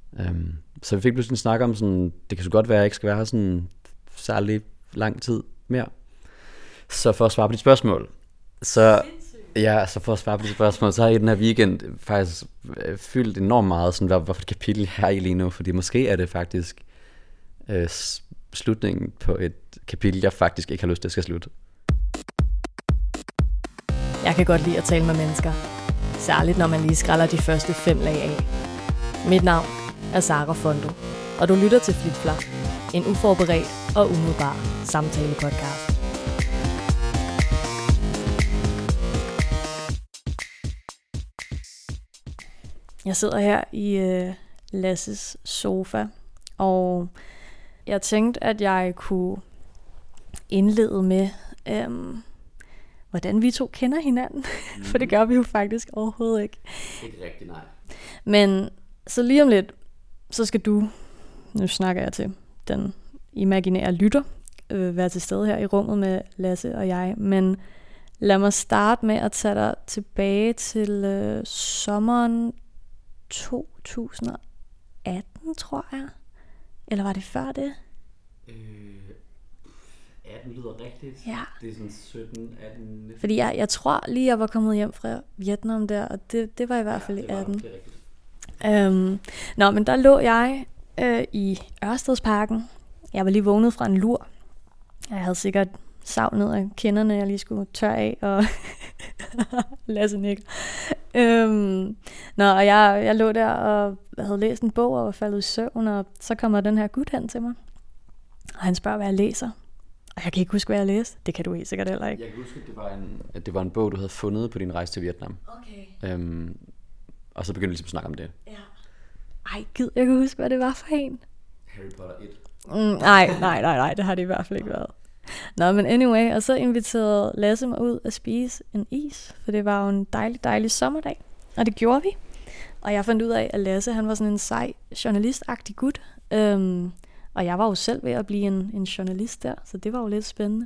Så vi fik pludselig en snak om sådan, det kan så godt være, at jeg ikke skal være her sådan særlig lang tid mere. Så for at svare på dit spørgsmål, så har jeg i den her weekend faktisk fyldt enormt meget, sådan, hvorfor et kapitel her er i lige nu, fordi måske er det faktisk slutningen på et kapitel, jeg faktisk ikke har lyst til at skal slutte. Jeg kan godt lide at tale med mennesker, særligt når man lige skræller de første 5 lag af. Mit navn er Sara Fondo, og du lytter til Flip-Flap, en uforberedt og umiddelbar samtale-podcast. Jeg sidder her i Lasses sofa, og jeg tænkte, at jeg kunne indlede med, hvordan vi to kender hinanden. For det gør vi jo faktisk overhovedet ikke. Ikke rigtig, nej. Men så lige om lidt, så skal du, nu snakker jeg til den imaginære lytter, være til stede her i rummet med Lasse og jeg. Men lad mig starte med at tage dig tilbage til sommeren 2018, tror jeg. Eller var det før det? 18 lyder rigtigt. Ja. Det er sådan 17, 18, 19. Fordi jeg tror lige, jeg var kommet hjem fra Vietnam der, og det var i hvert fald i 18. Det er rigtigt. Men der lå jeg i Ørstedsparken. Jeg var lige vågnet fra en lur. Jeg havde sikkert savn ned af kinderne, jeg lige skulle tørre af, og Lasse nikker. Og jeg lå der og havde læst en bog og var faldet i søvn, og så kommer den her gut hen til mig. Og han spørger, hvad jeg læser. Og jeg kan ikke huske, hvad jeg læste. Det kan du helt sikkert heller ikke. Jeg kan huske, at det var en bog, du havde fundet på din rejse til Vietnam. Okay. Og så begyndte vi ligesom at snakke om det. Ja. Ej, gid, jeg kan huske, hvad det var for en. Harry Potter 1. Nej, det har det i hvert fald ikke været. Nå, men anyway, og så inviterede Lasse mig ud at spise en is, for det var jo en dejlig sommerdag, og det gjorde vi. Og jeg fandt ud af, at Lasse, han var sådan en sej, journalistagtig gut, og jeg var jo selv ved at blive en journalist der, så det var jo lidt spændende.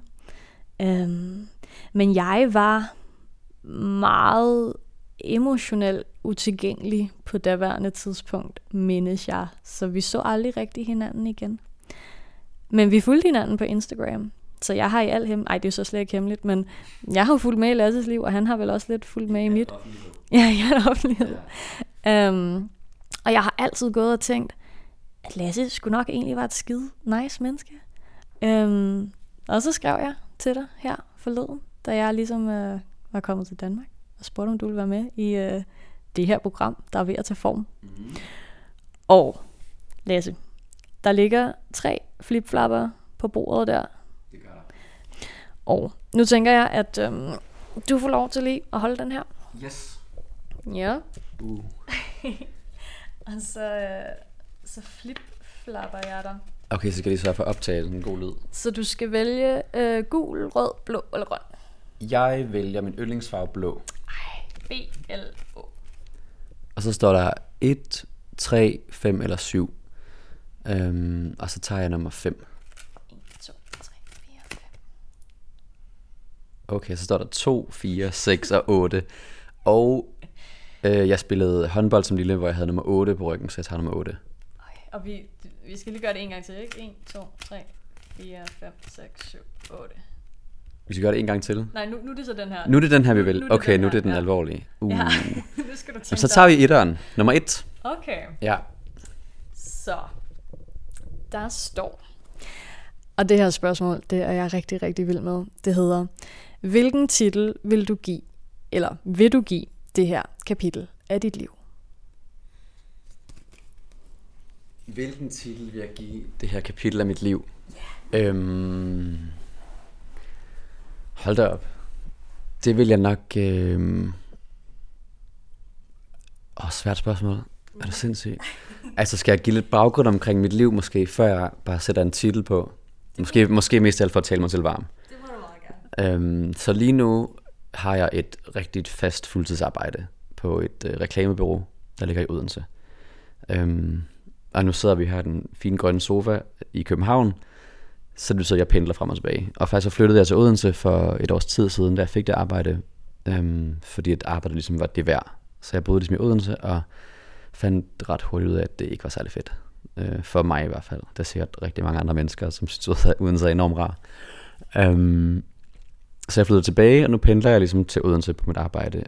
Men jeg var meget emotionelt utilgængelig på daværende tidspunkt, mindes jeg, så vi så aldrig rigtig hinanden igen. Men vi fulgte hinanden på Instagram, så jeg har i al det er så slet ikke hemmeligt, men jeg har jo fulgt med i Lasses liv, og han har vel også lidt fulgt med i mit. Ja, jeg har offentlighed. Ja. Og jeg har altid gået og tænkt, at Lasse skulle nok egentlig være et skide nice menneske. Og så skrev jeg til dig her forleden, da jeg ligesom var kommet til Danmark, og spurgte, om du ville være med i det her program, der er ved at tage form. Mm-hmm. Og Lasse, der ligger 3 flipflapper på bordet der. Det gør der. Og nu tænker jeg, at du får lov til lige at holde den her. Yes. Ja. Og så flipflapper jeg dig. Okay, så skal de sørge for at optage en god lyd. Så du skal vælge gul, rød, blå eller grøn. Jeg vælger min yndlingsfarve blå. B-L-O. Og så står der 1, 3, 5 eller 7. Og så tager jeg nummer 5. 1, 2, 3, 4, 5. Okay, så står der 2, 4, 6 og 8. Og jeg spillede håndbold som lille, hvor jeg havde nummer 8 på ryggen, så jeg tager nummer 8. Okay, og vi skal lige gøre det en gang til, ikke? 1, 2, 3, 4, 5, 6, 7, 8. Vi skal gøre det en gang til. Nej, nu er det så den her. Nu er det den her, vi vil. Okay, nu er det den ja. Alvorlige. Ja, nu skal du tænke. Så tager vi 1'eren. Nummer 1. Okay. Ja. Så der står, og det her spørgsmål, det er jeg rigtig, rigtig vild med. Det hedder, hvilken titel vil du give det her kapitel af dit liv? Hvilken titel vil jeg give det her kapitel af mit liv? Hold da op. Det vil jeg nok... svært spørgsmål. Er du sindssyg? Altså, skal jeg give lidt baggrund omkring mit liv, måske, før jeg bare sætter en titel på? Måske mest af alt for at tale mig til varm. Det må du meget gerne. Så lige nu har jeg et rigtig fast fuldtidsarbejde på et reklamebureau, der ligger i Odense. Og nu sidder vi her i den fine grønne sofa i København, så det betyder, at jeg pendler frem og tilbage. Og faktisk så flyttede jeg til Odense for et års tid siden, da jeg fik det arbejde, fordi et arbejde ligesom var det værd. Så jeg boede ligesom i Odense, og fandt ret hurtigt ud af, at det ikke var særlig fedt. For mig i hvert fald. Der er sikkert rigtig mange andre mennesker, som synes, at Odense er enormt rar. Så jeg flyttede tilbage, og nu pendler jeg ligesom til Odense på mit arbejde.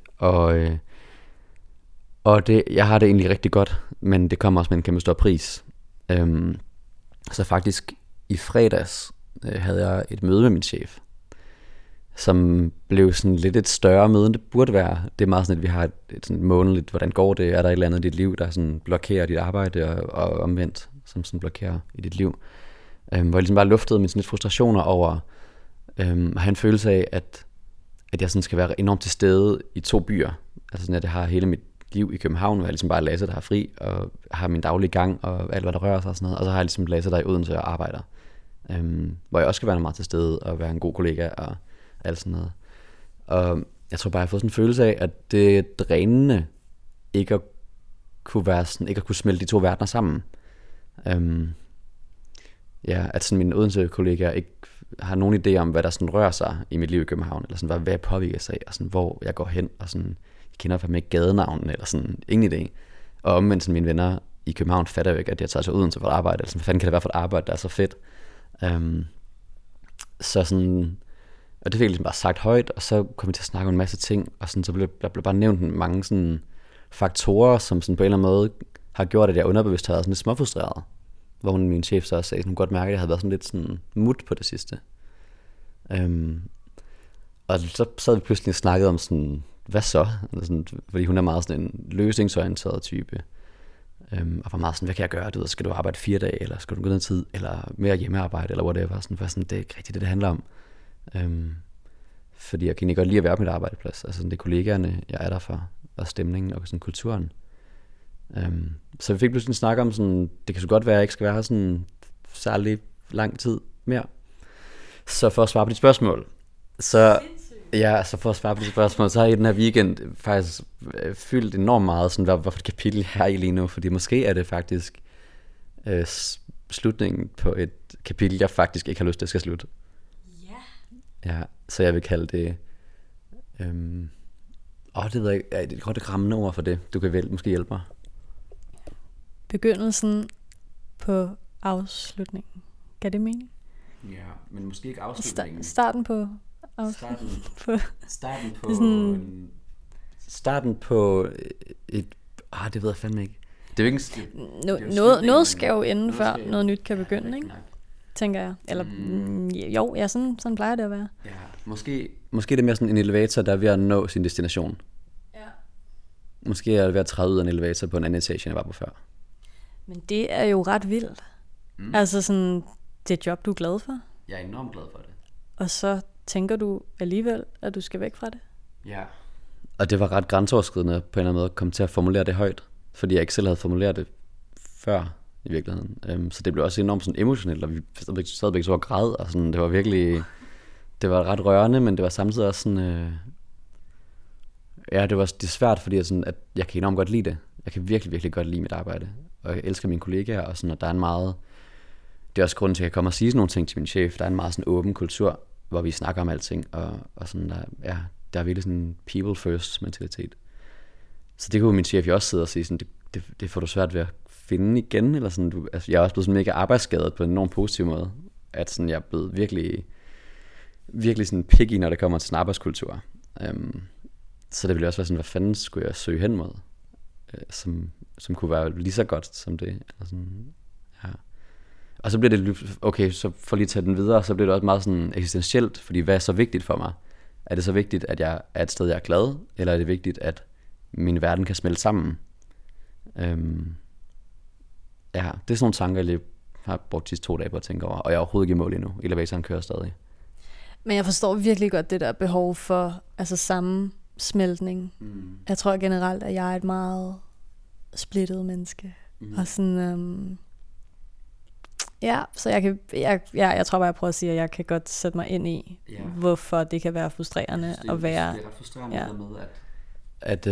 Og det, jeg har det egentlig rigtig godt, men det kommer også med en kæmpe stor pris. Så faktisk i fredags havde jeg et møde med min chef, som blev sådan lidt et større møde, end det burde være. Det er meget sådan, at vi har et sådan månedligt, hvordan går det? Er der et eller andet i dit liv, der sådan blokerer dit arbejde, og omvendt, som sådan blokerer i dit liv? Hvor jeg ligesom bare luftede mine sådan lidt frustrationer over at have en følelse af, at jeg sådan skal være enormt til stede i 2 byer. Altså sådan, at jeg har hele mit liv i København, hvor jeg ligesom bare er Lasse, der har fri, og har min daglige gang, og alt, hvad der rører sig og sådan noget. Og så har jeg ligesom Lasse, der er i Odense og arbejder. Hvor jeg også skal være meget til stede, og være en god kollega, og alt sådan noget. Og jeg tror bare, jeg har fået sådan en følelse af, at det er drænende ikke at kunne være sådan, ikke at kunne smelte de 2 verdener sammen. At sådan mine Odense-kollegaer ikke har nogen idé om, hvad der sådan rører sig i mit liv i København, eller sådan, hvad jeg påvirker sig af, og sådan, hvor jeg går hen, og sådan, jeg kender fandme ikke gadenavnen, eller sådan, ingen idé. Og omvendt sådan, mine venner i København fatter jo ikke, at jeg tager til Odense for at arbejde, eller sådan, hvad fanden kan det være for et arbejde, der er så fedt? Så sådan, og det fik jeg ligesom bare sagt højt, og så kom vi til at snakke om en masse ting, og sådan, så blev der bare nævnt mange sådan faktorer, som sådan på en eller anden måde har gjort, at jeg underbevidst har været sådan lidt småfrustreret. Hvor min chef så også sagde, at hun godt mærke, at jeg havde været sådan lidt sådan mut på det sidste. Og så sad vi pludselig og snakkede om sådan, hvad så? Sådan, fordi hun er meget sådan en løsningsorienteret type. Og var meget sådan, hvad kan jeg gøre? Du ved, skal du arbejde 4 dage, eller skal du gå ned tid, eller mere hjemmearbejde, eller whatever. Sådan, det er ikke rigtigt det handler om. Fordi jeg kan ikke godt lide at være på mit arbejdsplads. Altså det er kollegaerne, jeg er der for, og stemningen og sådan kulturen. Så vi fik pludselig en snak om sådan, det kan så godt være, at jeg ikke skal være her sådan særlig lang tid mere. Så for at svare på de spørgsmål, så har jeg i den her weekend faktisk fyldt enormt meget, sådan, hvorfor et kapitel jeg er i lige nu, fordi måske er det faktisk slutningen på et kapitel, jeg faktisk ikke har lyst til at skal slutte. Ja, så jeg vil kalde det det ved jeg ikke, det er godt rammende ord for det. Du kan vel måske hjælpe mig. Begyndelsen på afslutningen. Kan det mening? Ja, men måske ikke afslutningen. Starten på starten på et det ved jeg fandme ikke. Det er jo ikke noget skal jo ende før noget nyt kan begynde, ikke? Tænker jeg. Eller sådan plejer det at være. Ja, måske det er mere sådan en elevator, der er ved at nå sin destination. Ja. Måske er det ved at træde ud af en elevator på en anden etage, end jeg var på før. Men det er jo ret vildt. Altså sådan, det er et job, du er glad for. Jeg er enormt glad for det. Og så tænker du alligevel, at du skal væk fra det. Ja. Og det var ret grænseoverskridende på en eller anden måde at komme til at formulere det højt. Fordi jeg ikke selv havde formuleret det før i virkeligheden. Så det blev også enormt sådan emotionelt, og vi sad begge så og græd, og sådan, det var virkelig, det var ret rørende, men det var samtidig også sådan, det er svært, fordi at jeg kan enormt godt lide det. Jeg kan virkelig, virkelig godt lide mit arbejde, og jeg elsker mine kollegaer, og sådan, at der er en meget, det er også grunden til, at jeg kan komme og sige sådan nogle ting til min chef. Der er en meget sådan åben kultur, hvor vi snakker om alting, og sådan, der er virkelig sådan en people first mentalitet. Så det kunne min chef jo også sidde og sige, sådan, det får du svært ved at finde igen, eller sådan, jeg er også blevet sådan mega arbejdsskadet på en enormt positiv måde, at sådan, jeg er blevet virkelig, virkelig sådan picky, når det kommer til sådan arbejdskultur. Så det ville også være sådan, hvad fanden skulle jeg søge hen mod, som kunne være lige så godt som det. Eller sådan, ja. Og så bliver det, okay, så for lige at tage den videre, så bliver det også meget sådan eksistentielt, fordi hvad er så vigtigt for mig? Er det så vigtigt, at jeg er et sted, jeg er glad, eller er det vigtigt, at min verden kan smelte sammen? Det er sådan nogle tanker, jeg lige har brugt sidste 2 dage på at tænke over, og jeg er overhovedet ikke i mål endnu. Elevatoren kører stadig. Men jeg forstår virkelig godt det der behov for sammensmeltning. Jeg tror generelt, at jeg er et meget splittet menneske. Og sådan, så jeg tror bare, jeg prøver at sige, at jeg kan godt sætte mig ind i, hvorfor det kan være frustrerende at være. Det er ret frustrerende med, at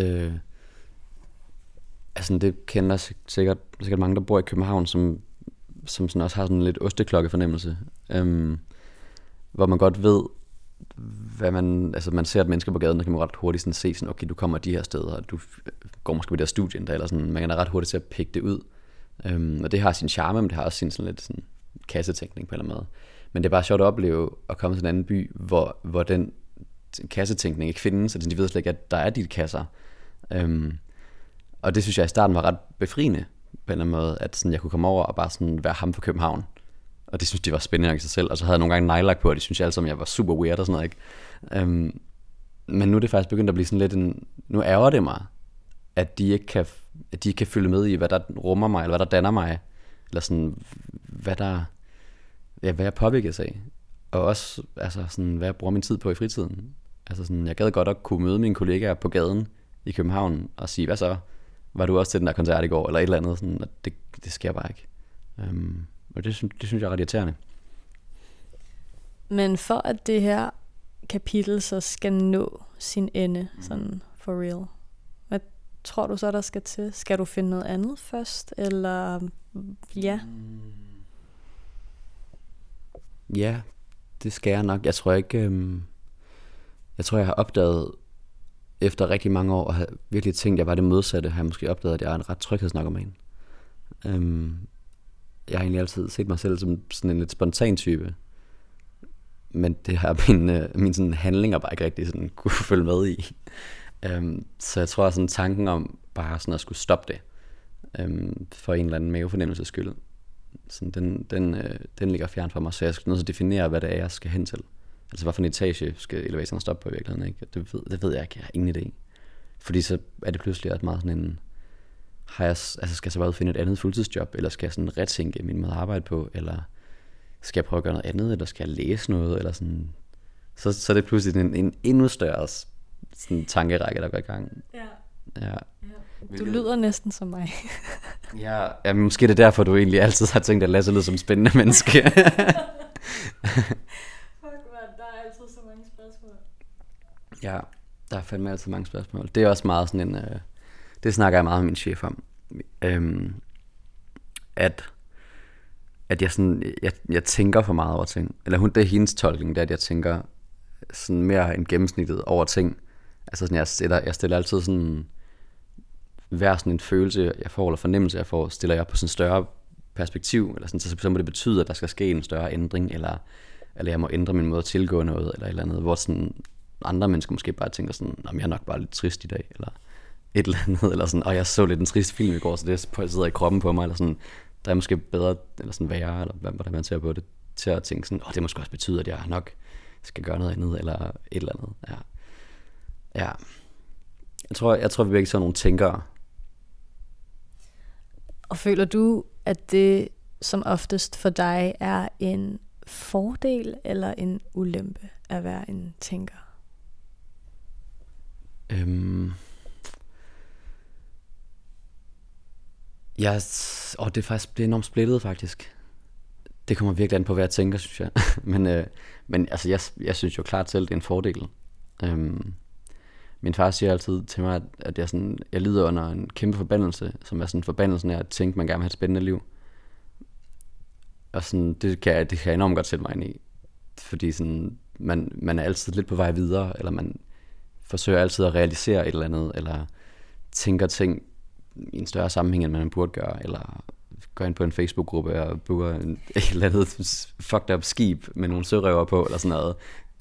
altså det kender sikkert mange, der bor i København, som sådan også har sådan lidt osteklokke fornemmelse, hvor man godt ved, man ser et menneske på gaden, der kan man ret hurtigt sådan se sådan, okay, du kommer de her steder, og du går måske på det her studien der, eller sådan, man kan ret hurtigt til at pikke det ud. Og det har sin charme, men det har også sin sådan lidt sådan kassetænkning på en eller anden måde. Men det er bare sjovt at opleve at komme til en anden by, hvor den kassetænkning ikke findes, så de ved slet ikke, at der er de kasser. Og det synes jeg i starten var ret befriende på en eller anden måde, at sådan, jeg kunne komme over og bare sådan være ham fra København. Og det synes de var spændende i sig selv. Og så havde jeg nogle gange nejlagt på, og det synes jeg alle sammen, jeg var super weird og sådan noget, ikke? Men nu er det faktisk begyndt at blive sådan lidt nu ærger det mig, at de ikke kan følge med i, hvad der rummer mig, eller hvad der danner mig, eller sådan, hvad jeg påvirkes af. Og også, altså sådan, hvad jeg bruger min tid på i fritiden. Altså sådan, jeg gad godt at kunne møde mine kollegaer på gaden i København, og sige, hvad så? Var du også til den der koncert i går, eller et eller andet? Sådan, det sker bare ikke. Og det synes jeg er ret irriterende. Men for at det her kapitel så skal nå sin ende, sådan for real, hvad tror du så, der skal til? Skal du finde noget andet først, eller ja? Ja, det skal jeg nok. Jeg tror ikke... jeg har opdaget, efter rigtig mange år, og har virkelig tænkt, at jeg var det modsatte, har jeg måske opdaget, at jeg er en ret tryghedsnarkoman. Jeg har egentlig altid set mig selv som sådan en lidt spontan type. Men det har mine sådan handlinger bare ikke rigtig sådan kunne følge med i. Så jeg tror, at sådan tanken om bare sådan at skulle stoppe det, for en eller anden mavefornemmelses skyld, sådan den ligger fjern fra mig, så jeg skal nødt til at definere, hvad det er, jeg skal hen til. Altså, hvad for en etage skal elevatoren stoppe på i virkeligheden, ikke? Det ved jeg ikke, jeg har ingen idé. Fordi så er det pludselig også meget sådan en... skal jeg så bare finde et andet fuldtidsjob, eller skal jeg sådan retænke min måde at arbejde på, eller skal jeg prøve at gøre noget andet, eller skal jeg læse noget, eller sådan... Så er det pludselig en endnu større sådan tankerække, der går i gang. Ja. Du lyder næsten som mig. ja, måske det er derfor, du egentlig altid har tænkt, at Lasse lyder som en spændende menneske. Ja, der er fandme altid mange spørgsmål. Det er også meget sådan en... det snakker jeg meget med min chef om. At jeg tænker for meget over ting. Eller det er hendes tolkning, det er, at jeg tænker sådan mere end gennemsnittet over ting. Altså sådan, jeg stiller altid sådan... Hver sådan en følelse, jeg får, eller fornemmelse, jeg får, stiller jeg op på sådan en større perspektiv. Eller sådan, så må det betyde, at der skal ske en større ændring, eller jeg må ændre min måde at tilgå noget, eller et eller andet, hvor sådan... Andre mennesker måske bare tænker sådan, jeg er nok bare lidt trist i dag, eller et eller andet, eller sådan, jeg så lidt en trist film i går, så det sidder i kroppen på mig, eller sådan, der er måske bedre, eller sådan værre, eller hvordan man ser på det, til at tænke sådan, det måske også betyder, at jeg nok skal gøre noget andet, eller et eller andet, ja. Jeg tror vi begge sådan nogle tænkere. Og føler du, at det som oftest for dig er en fordel, eller en ulempe at være en tænker? Det er faktisk enormt splittet faktisk. Det kommer virkelig an på, hvad jeg tænker, synes jeg. men altså, jeg synes jo klart selv, det er en fordel. Min far siger altid til mig, at jeg lider under en kæmpe forbandelse, som er sådan forbandelsen af at tænke, man gerne vil have et spændende liv. Og sådan, det kan jeg enormt godt sætte mig ind i. Fordi sådan, man er altid lidt på vej videre, eller man forsøger altid at realisere et eller andet, eller tænker ting i en større sammenhæng, end man burde gøre, eller går ind på en Facebook-gruppe og booker et eller andet fucked up skib med nogle sørøver på, eller sådan noget.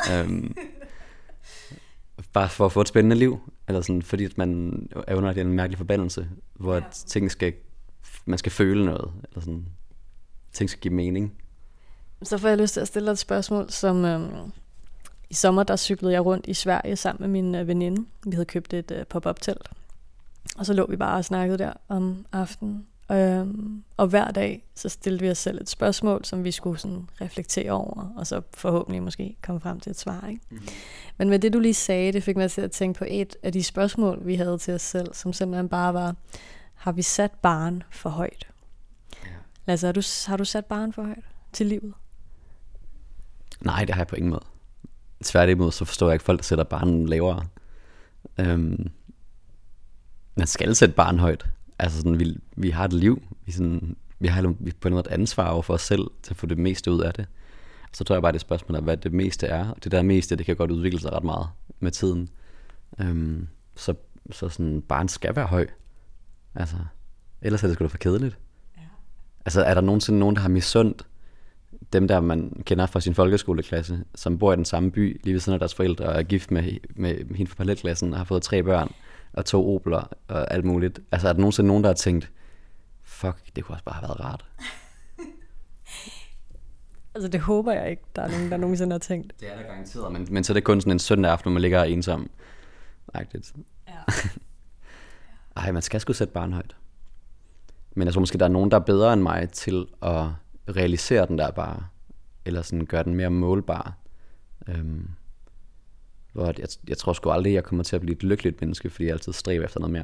Bare for at få et spændende liv, eller sådan, fordi at man er under en mærkelig forbandelse, hvor man skal føle noget, eller sådan, ting skal give mening. Så får jeg lyst til at stille dig et spørgsmål, som i sommer, der cyklede jeg rundt i Sverige sammen med min veninde. Vi havde købt et pop-up-telt, og så lå vi bare og snakkede der om aftenen. Og hver dag, så stillede vi os selv et spørgsmål, som vi skulle sådan reflektere over, og så forhåbentlig måske komme frem til et svar, ikke? Mm. Men med det, du lige sagde, det fik mig til at tænke på et af de spørgsmål, vi havde til os selv, som simpelthen bare var, har vi sat barren for højt? Ja. Lasse, har du sat barren for højt til livet? Nej, det har jeg på ingen måde. Tværtimod, så forstår jeg ikke folk, der sætter barren lavere. Man skal sætte barren højt. Altså sådan, vi har et liv. Vi har på en måde et ansvar over for os selv, til at få det meste ud af det. Så tror jeg bare, det spørgsmål er, hvad det meste er. Og det der meste, det kan godt udvikle sig ret meget med tiden. Så sådan, barn skal være høj. Altså, ellers er det sgu da for kedeligt. Ja. Altså, er der nogensinde nogen, der har misundt dem, der man kender fra sin folkeskoleklasse, som bor i den samme by, lige ved siden af deres forældre, og er gift med hende fra parallelklassen, og har fået 3 børn, og 2 Opler, og alt muligt. Altså, er der nogensinde nogen, der har tænkt, fuck, det kunne også bare have været rart? Altså, det håber jeg ikke, der er nogen, der nogensinde har tænkt. Det er der garanteret, men så er det kun sådan en søndag aften, når man ligger ensom. Rigtigt. Ja. Ej, man skal sgu sætte barn højt. Men jeg tror måske, der er nogen, der er bedre end mig til at realisere den der bare, eller sådan gøre den mere målbar. Hvor jeg tror sgu aldrig, jeg kommer til at blive et lykkeligt menneske, fordi jeg altid stræber efter noget mere.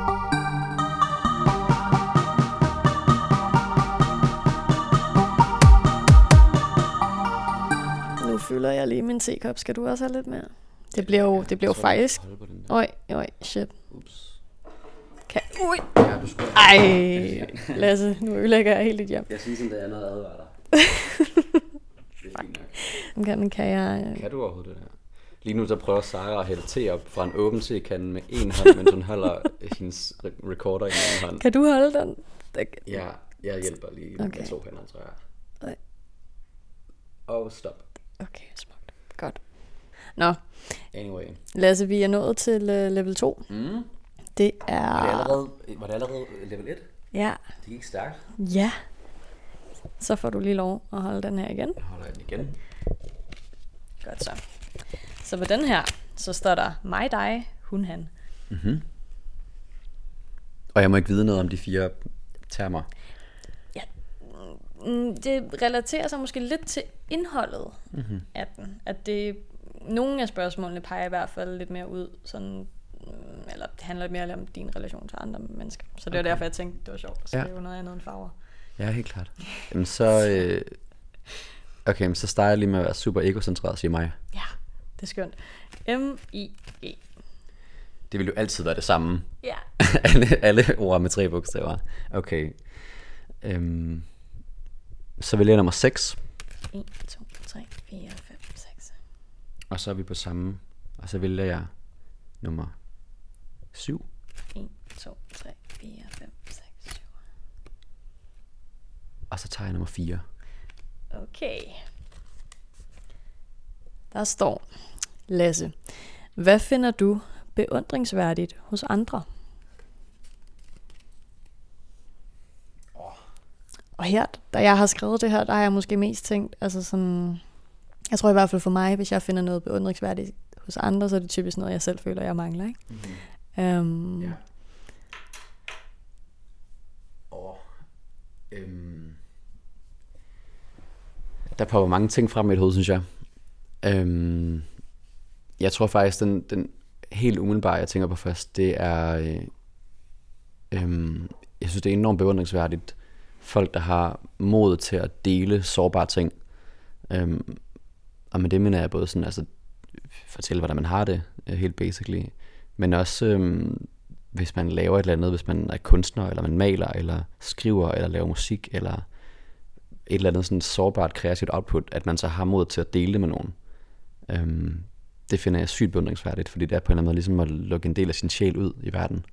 Nu fylder jeg lige min tekop. Skal du også have lidt mere? Det bliver jo faktisk. Oj, shit. Ups. Ui. Ja, du skulle. Ej, Lasse, nu ødelægger jeg helt dit hjem. Jeg synes, det er noget advarer dig. Det er fint nok. Kan jeg... Kan du overhovedet det her? Lige nu der prøver Sara at hælde te op fra en åben tekande med en hånd, mens hun holder hendes recorder i en anden hånd. Kan du holde den? Ja, jeg hjælper lige med 2 hænder, tror jeg. Og stop. Okay, smukt. Godt. Nå. Anyway. Lasse, vi er nået til level 2. Det er... Var det allerede level 1? Ja. Det gik stærkt. Ja. Så får du lige lov at holde den her igen. Jeg holder den igen. Godt så. Så på den her, så står der mig, dig, hun, han. Mm-hmm. Og jeg må ikke vide noget om de 4 termer. Ja. Det relaterer sig måske lidt til indholdet af den. At det... Nogle af spørgsmålene peger i hvert fald lidt mere ud, sådan, eller det handler lidt mere om din relation til andre mennesker. Så det var derfor, jeg tænkte, det var sjovt at skrive noget andet end farver. Ja, helt klart. Jamen så, så starter jeg lige med at være super egocentreret og sige mig. Ja, det er skønt. M-I-E. Det vil jo altid være det samme. Ja. alle ord med 3 bogstaver. Okay. Så vælger jeg nummer 6. 1, 2, 3, 4, 5, 6. Og så er vi på samme. Og så vælger jeg nummer 7. 1, 2, 3, 4, 5, 6, 7. Og så tager jeg nummer 4. Okay. Der står, Lasse, hvad finder du beundringsværdigt hos andre? Og her, da jeg har skrevet det her, der har jeg måske mest tænkt, altså sådan, jeg tror i hvert fald for mig, hvis jeg finder noget beundringsværdigt hos andre, så er det typisk noget, jeg selv føler, jeg mangler, ikke? Mm-hmm. Ja. Der popper mange ting frem i et hoved, synes jeg. Jeg tror faktisk, den helt umiddelbare, jeg tænker på først, det er, jeg synes, det er enormt beundringsværdigt, folk, der har mod til at dele sårbare ting. Og med det mener jeg både sådan, altså fortælle, hvordan man har det, helt basically, men også hvis man laver et eller andet, hvis man er kunstner, eller man maler, eller skriver, eller laver musik, eller et eller andet sådan sårbart, kreativt output, at man så har mod til at dele det med nogen. Det finder jeg sygt beundringsværdigt, fordi det er på en eller anden måde ligesom at lukke en del af sin sjæl ud i verden.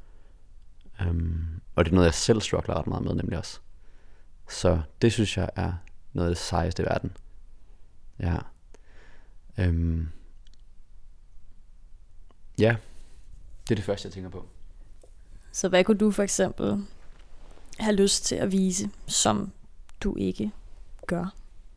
Og det er noget, jeg selv struggler ret meget med, nemlig også. Så det synes jeg er noget af det sejeste i verden. Ja. Ja, det er det første, jeg tænker på. Så hvad kunne du for eksempel have lyst til at vise, som du ikke gør?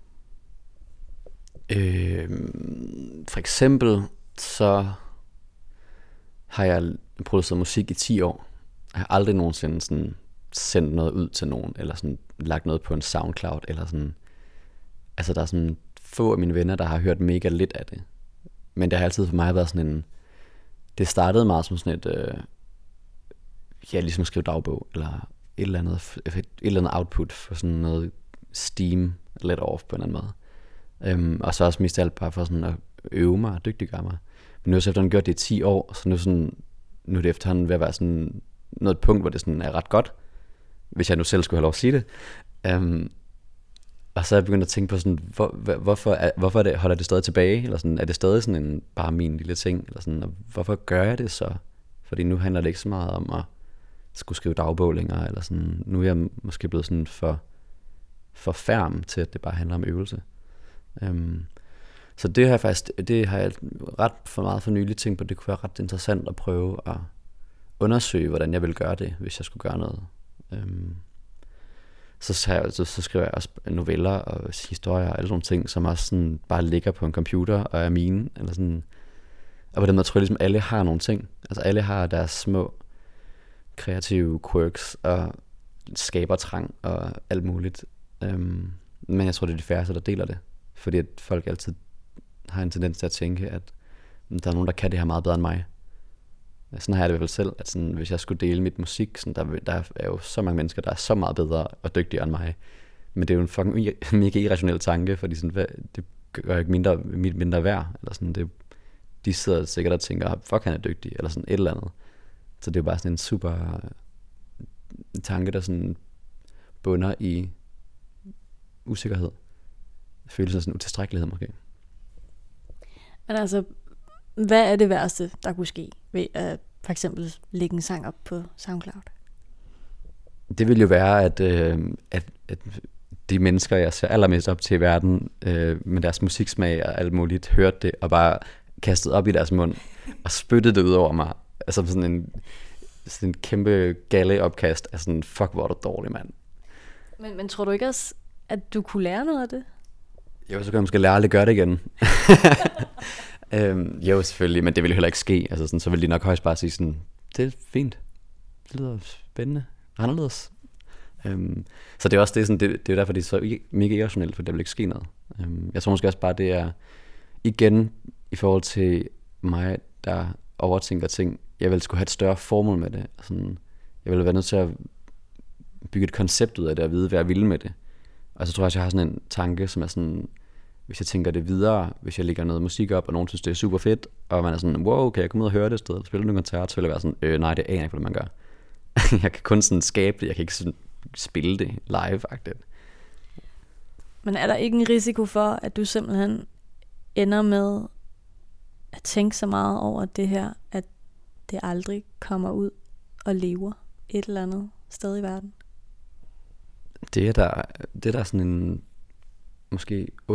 For eksempel så har jeg produceret musik i 10 år. Jeg har aldrig nogensinde sådan sendt noget ud til nogen, eller sådan lagt noget på en SoundCloud, eller sådan. Altså der er sådan få af mine venner, der har hørt mega lidt af det. Men det har altid for mig været sådan en, det startede meget som sådan et, ligesom at skrive dagbog, eller et eller andet output for sådan noget steam let off på en eller anden måde. Og så også mest alt bare for sådan at øve mig og dygtiggøre mig. Men nu har jeg efterhånden gjort det i 10 år, så nu er det efterhånden ved at være sådan noget punkt, hvor det sådan er ret godt, hvis jeg nu selv skulle have lov at sige det. Og så er jeg begyndt at tænke på sådan, hvorfor holder det stadig tilbage? Eller sådan, er det stadig sådan en, bare min lille ting? Eller sådan, og hvorfor gør jeg det så? Fordi nu handler det ikke så meget om at skulle skrive dagbog længere. Eller sådan, nu er jeg måske blevet sådan for færm til, at det bare handler om øvelse. Så det har jeg ret for meget for nylig tænkt på. Det kunne være ret interessant at prøve at undersøge, hvordan jeg ville gøre det, hvis jeg skulle gøre noget. Så skriver jeg også noveller og historier og alle sådan ting, som også sådan bare ligger på en computer og er mine. Eller sådan. Og på den måde tror jeg ligesom, alle har nogle ting. Altså alle har deres små kreative quirks og skabertrang og alt muligt. Men jeg tror, det er de færreste, der deler det. Fordi at folk altid har en tendens til at tænke, at der er nogen, der kan det her meget bedre end mig. Sådan har jeg det i hvert fald selv, at sådan, hvis jeg skulle dele mit musik, sådan, der er jo så mange mennesker, der er så meget bedre og dygtigere end mig. Men det er jo en fucking mega irrationel tanke, fordi sådan, det gør ikke mindre værd. Eller sådan, de sidder sikkert og tænker, fuck, han er dygtig, eller sådan et eller andet. Så det er jo bare sådan en super tanke, der sådan bunder i usikkerhed. Følelsen af sådan utilstrækkelighed måske. Men altså, hvad er det værste, der kunne ske ved at for eksempel lægge en sang op på SoundCloud? Det vil jo være, at de mennesker, jeg ser allermest op til i verden, med deres musiksmag og alt muligt, hørte det og bare kastede op i deres mund og spyttede det ud over mig. Altså sådan en kæmpe galleopkast af sådan, fuck, hvor er du dårlig, mand. Men tror du ikke også, at du kunne lære noget af det? Jo, så kan jeg måske lære at gøre det igen. Jo, selvfølgelig, men det ville heller ikke ske. Altså sådan, så ville de nok højst bare sige sådan, det er fint, det lyder spændende, anderledes. Så det er også det, sådan, det er jo derfor, det er så mega irrationelt, for der vil ikke ske noget. Jeg tror måske også bare, det er igen i forhold til mig, der overtænker ting. Jeg ville skulle have et større formål med det. Sådan, jeg ville være nødt til at bygge et koncept ud af det, og vide, hvad jeg ville med det. Og så tror jeg også, jeg har sådan en tanke, som er sådan, hvis jeg tænker det videre, hvis jeg lægger noget musik op, og nogen synes, det er super fedt, og man er sådan, wow, kan jeg komme ud og høre det et sted, og spille en koncert, så vil jeg være sådan, nej, det aner jeg ikke, hvordan man gør. Jeg kan kun sådan skabe det, jeg kan ikke sådan spille det live-agtigt. Men er der ikke en risiko for, at du simpelthen ender med at tænke så meget over det her, at det aldrig kommer ud og lever et eller andet sted i verden? Det er der sådan en måske 88%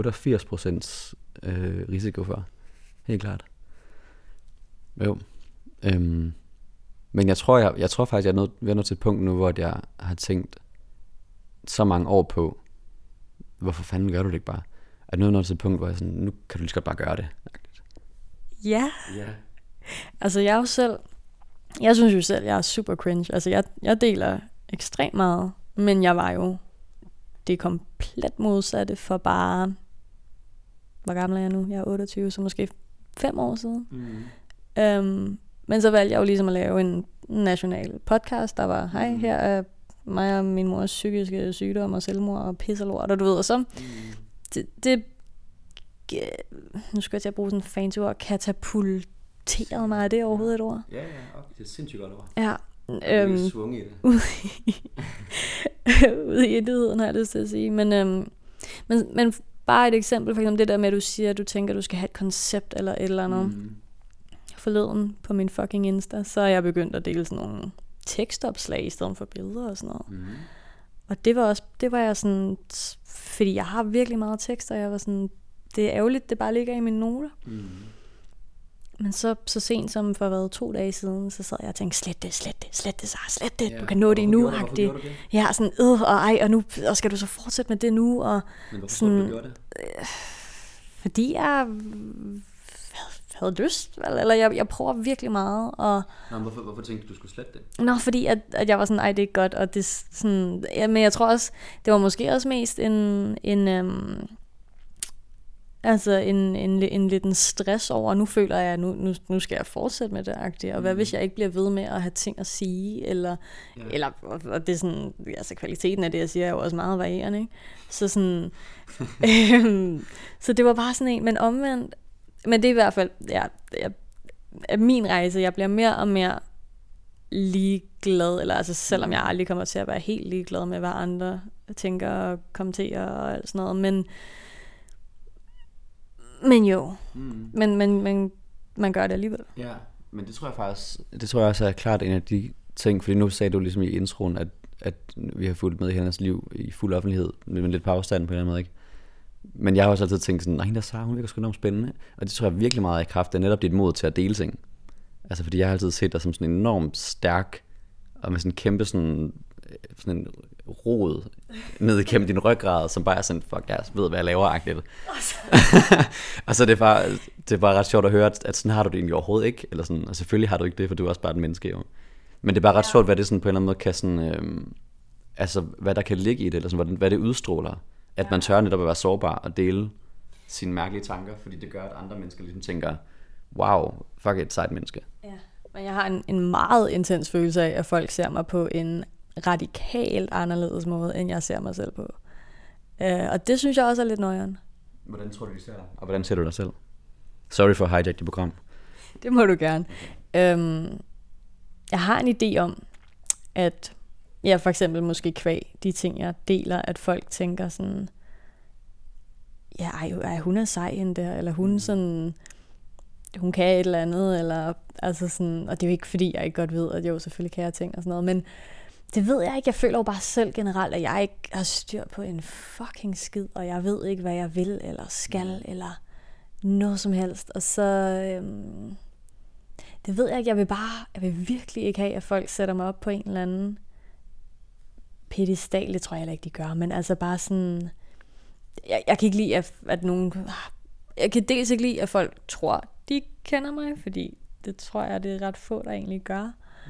risiko for. Helt klart. Jo. Men jeg tror faktisk, jeg er nået til et punkt nu, hvor jeg har tænkt så mange år på, hvorfor fanden gør du det ikke bare? At nu er jeg nået til et punkt, hvor jeg sådan, nu kan du lige så godt bare gøre det. Ja. Yeah. Altså jeg synes jo selv, jeg er super cringe. Altså jeg deler ekstremt meget, men jeg var jo det komplet modsatte for bare, hvor gammel er jeg nu? Jeg er 28, så måske 5 år siden. Men så valgte jeg jo ligesom at lave en national podcast, der var, hej, her er mig og min mors psykiske sygdom og selvmord og pisselort, og du ved, og så det nu skal jeg til at bruge sådan en fancy ord, katapulterede mig. Er det overhovedet et ord? Ja, okay. Det er sindssygt godt ord. Ja. Svunget i det. Ude i intetheden, har jeg lyst til at sige. Men bare et eksempel, for eksempel det der med, at du siger, at du tænker, at du skal have et koncept eller et eller andet. Forleden på min fucking Insta, så er jeg begyndt at dele sådan nogle tekstopslag i stedet for billeder og sådan noget. Og det var jeg sådan, fordi jeg har virkelig meget tekst, og jeg var sådan, det er ærgerligt, det bare ligger i mine noter. Men så sent som for 2 dage siden, så sad jeg og tænkte, slet det, slet det, du kan nå det endnu. Ja, sådan, og nu og skal du så fortsætte med det nu. Og men hvorfor sådan, du gjorde det? Fordi jeg havde lyst, eller jeg prøver virkelig meget. Og hvorfor tænkte du skulle slette det? Fordi at jeg var sådan, det er godt, og det sådan, ja, men jeg tror også, det var måske også mest en lidt en stress over, nu føler jeg, nu skal jeg fortsætte med det, og hvad hvis jeg ikke bliver ved med at have ting at sige, eller og det er sådan, altså kvaliteten af det, jeg siger, er jo også meget varierende, ikke? Så sådan, så det var bare sådan en, men omvendt, men det er i hvert fald, min rejse, jeg bliver mere og mere ligeglad, eller altså selvom jeg aldrig kommer til at være helt ligeglad med, hvad andre tænker og kommenterer og alt sådan noget, men jo, men man gør det alligevel. Ja, men det tror jeg også er klart en af de ting, fordi nu sagde du ligesom i introen, at vi har fulgt med i hendes liv i fuld offentlighed, med lidt på afstand på en eller anden måde, ikke? Men jeg har også altid tænkt sådan, nej, hende der Sara, hun virker sgu enormt spændende, og det tror jeg virkelig meget i kraft af netop dit mod til at dele ting. Altså fordi jeg har altid set dig som sådan en enormt stærk, og med sådan en kæmpe sådan en rod ned igennem din ryggrad, som bare er sådan, fuck, jeg ved, hvad jeg laver-agtigt. Og så det er bare ret sjovt at høre, at sådan har du det egentlig overhovedet ikke, eller sådan, og selvfølgelig har du ikke det, for du er også bare et menneske, jo. Men det er bare ret sjovt, hvad det sådan på en eller anden måde kan sådan, altså hvad der kan ligge i det, eller sådan, hvad det udstråler, at man tør netop at være sårbar og dele sine mærkelige tanker, fordi det gør, at andre mennesker ligesom tænker, wow, fuck, et sejt menneske. Ja. Men jeg har en meget intens følelse af, at folk ser mig på en radikalt anderledes måde, end jeg ser mig selv på. Og det synes jeg også er lidt nøjeren. Hvordan tror du, de ser dig? Og hvordan ser du dig selv? Sorry for at hijack dit program. Det må du gerne. Jeg har en idé om, at jeg for eksempel måske kvæg de ting, jeg deler, at folk tænker sådan, ja, ej, hun er sej hende der, eller hun sådan, hun kan et eller andet, eller altså sådan, og det er jo ikke fordi, jeg ikke godt ved, at jo, selvfølgelig kan jeg ting og sådan noget, men det ved jeg ikke. Jeg føler jo bare selv generelt, at jeg ikke har styr på en fucking skid, og jeg ved ikke, hvad jeg vil, eller skal, eller noget som helst. Og så, det ved jeg ikke. Jeg vil virkelig ikke have, at folk sætter mig op på en eller anden pedestal. Det tror jeg heller ikke, de gør. Men altså bare sådan, jeg kan ikke lide, at nogen, jeg kan dels ikke lide, at folk tror, de kender mig, fordi det tror jeg, det er ret få, der egentlig gør.